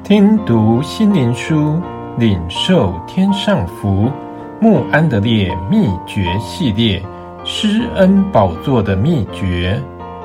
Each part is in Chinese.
听读心灵书，领受天上福。慕安德烈秘诀系列，施恩宝座的秘诀。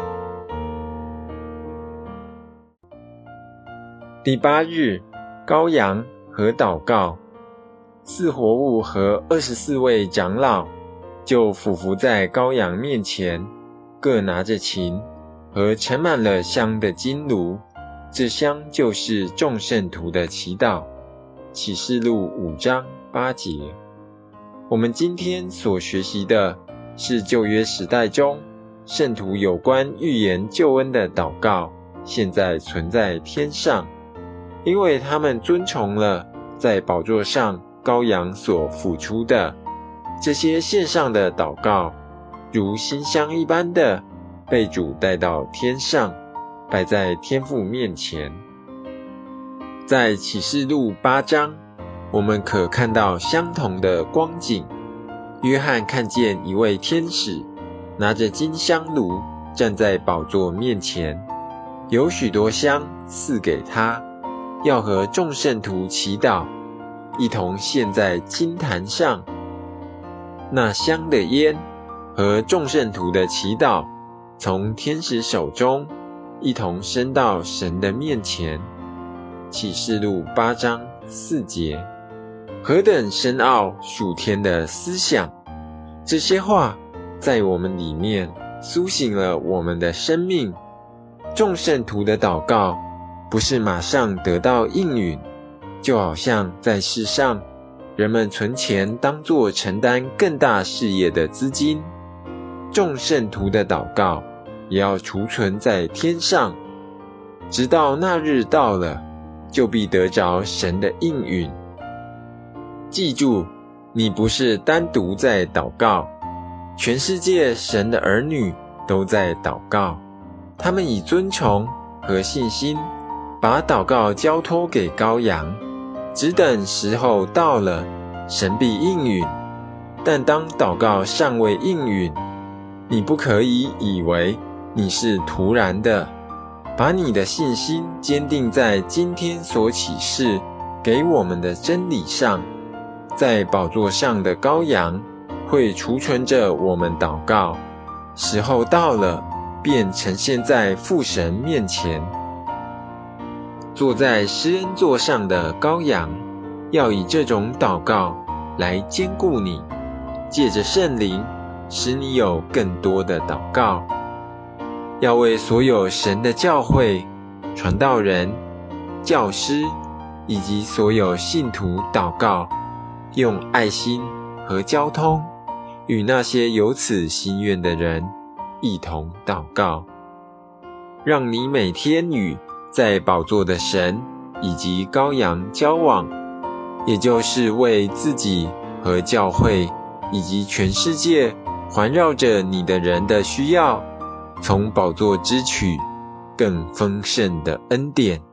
第8日，羔羊和祷告。四活物和24位长老就俯伏在羔羊面前，各拿着琴和盛满了香的金炉，这香就是众圣徒的祈祷。启示录5章8节。我们今天所学习的是旧约时代中圣徒有关预言救恩的祷告，现在存在天上，因为他们遵从了在宝座上羔羊所付出的这些献上的祷告，如馨香一般的被主带到天上，摆在天父面前。在启示录8章，我们可看到相同的光景。约翰看见一位天使拿着金香炉站在宝座面前，有许多香赐给他，要和众圣徒祈祷，一同献在金坛上。那香的烟和众圣徒的祈祷从天使手中一同升到神的面前。启示录8章4节。何等深奥属天的思想！这些话在我们里面苏醒了我们的生命。众圣徒的祷告不是马上得到应允，就好像在世上人们存钱当作承担更大事业的资金，众圣徒的祷告也要储存在天上，直到那日到了，就必得着神的应允。记住，你不是单独在祷告，全世界神的儿女都在祷告，他们以尊崇和信心把祷告交托给羔羊，只等时候到了，神必应允。但当祷告尚未应允，你不可以以为你是突然的，把你的信心坚定在今天所启示给我们的真理上。在宝座上的羔羊会储存着我们祷告，时候到了，便呈现在父神面前。坐在施恩座上的羔羊要以这种祷告来坚固你，借着圣灵使你有更多的祷告。要为所有神的教会、传道人、教师以及所有信徒祷告，用爱心和交通与那些有此心愿的人一同祷告，让你每天与在宝座的神以及羔羊交往，也就是为自己和教会以及全世界环绕着你的人的需要，从宝座支取更丰盛的恩典。